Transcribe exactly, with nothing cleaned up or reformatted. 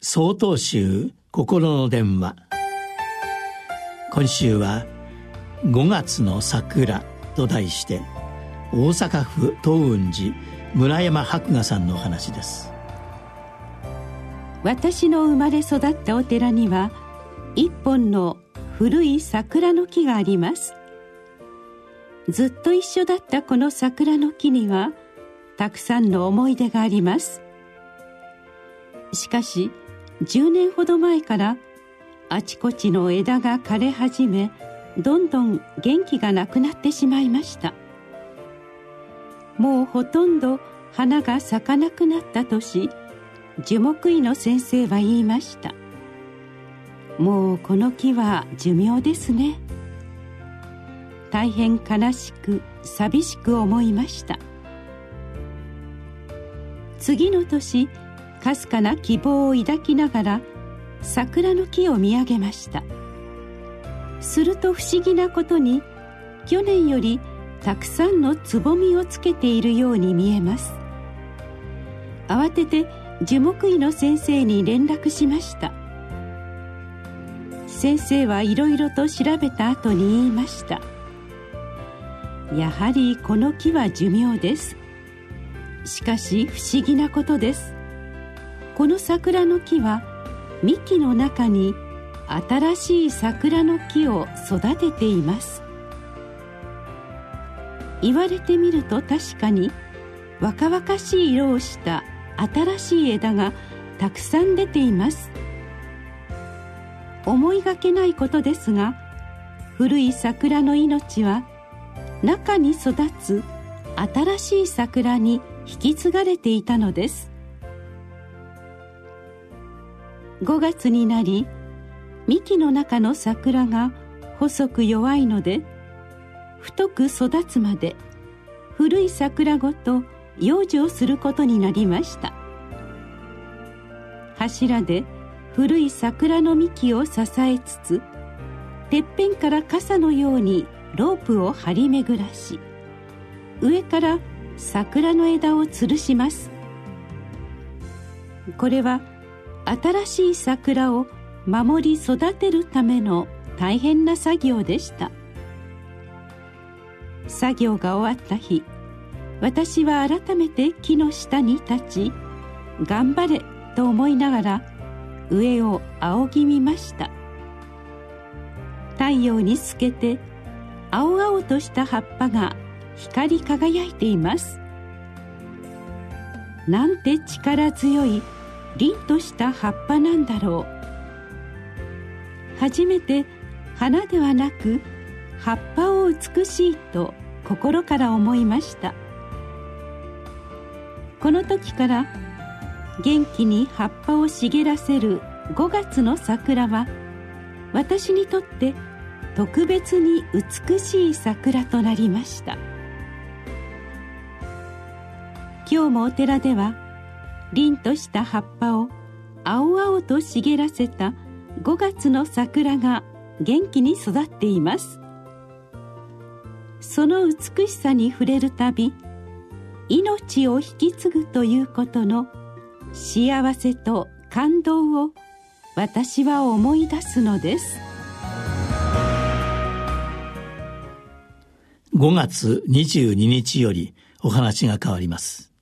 曹洞宗心の電話。今週はごがつの桜と題して大阪府東雲寺村山博雅さんのお話です。 私の生まれ育ったお寺には一本の古い桜の木があります。ずっと一緒だったこの桜の木にはたくさんの思い出があります。しかしじゅうねんほど前からあちこちの枝が枯れ始め、どんどん元気がなくなってしまいました。もうほとんど花が咲かなくなったとし、樹木医の先生は言いました。もうこの木は寿命ですね。大変悲しく寂しく思いました。次の年、かすかな希望を抱きながら桜の木を見上げました。すると不思議なことに、去年よりたくさんのつぼみをつけているように見えます。慌てて樹木医の先生に連絡しました。先生はいろいろと調べた後に言いました。やはりこの木は寿命です。しかし不思議なことです。この桜の木は幹の中に新しい桜の木を育てています。言われてみると確かに若々しい色をした新しい枝がたくさん出ています。思いがけないことですが、古い桜の命は中に育つ新しい桜に引き継がれていたのです。ごがつになり、幹の中の桜が細く弱いので、太く育つまで古い桜ごと養生することになりました。柱で古い桜の幹を支えつつ、てっぺんから傘のようにロープを張り巡らし、上から桜の枝を吊るします。これは新しい桜を守り育てるための大変な作業でした。作業が終わった日、私は改めて木の下に立ち、頑張れと思いながら上を仰ぎ見ました。太陽に透けて青々とした葉っぱが光り輝いています。なんて力強い凛とした葉っぱなんだろう。初めて花ではなく葉っぱを美しいと心から思いました。この時から元気に葉っぱを茂らせるごがつの桜は、私にとって特別に美しい桜となりました。今日もお寺では凛とした葉っぱを青々と茂らせたごがつの桜が元気に育っています。その美しさに触れるたび、命を引き継ぐということの幸せと感動を私は思い出すのです。 ごがつにじゅうににちよりお話が変わります。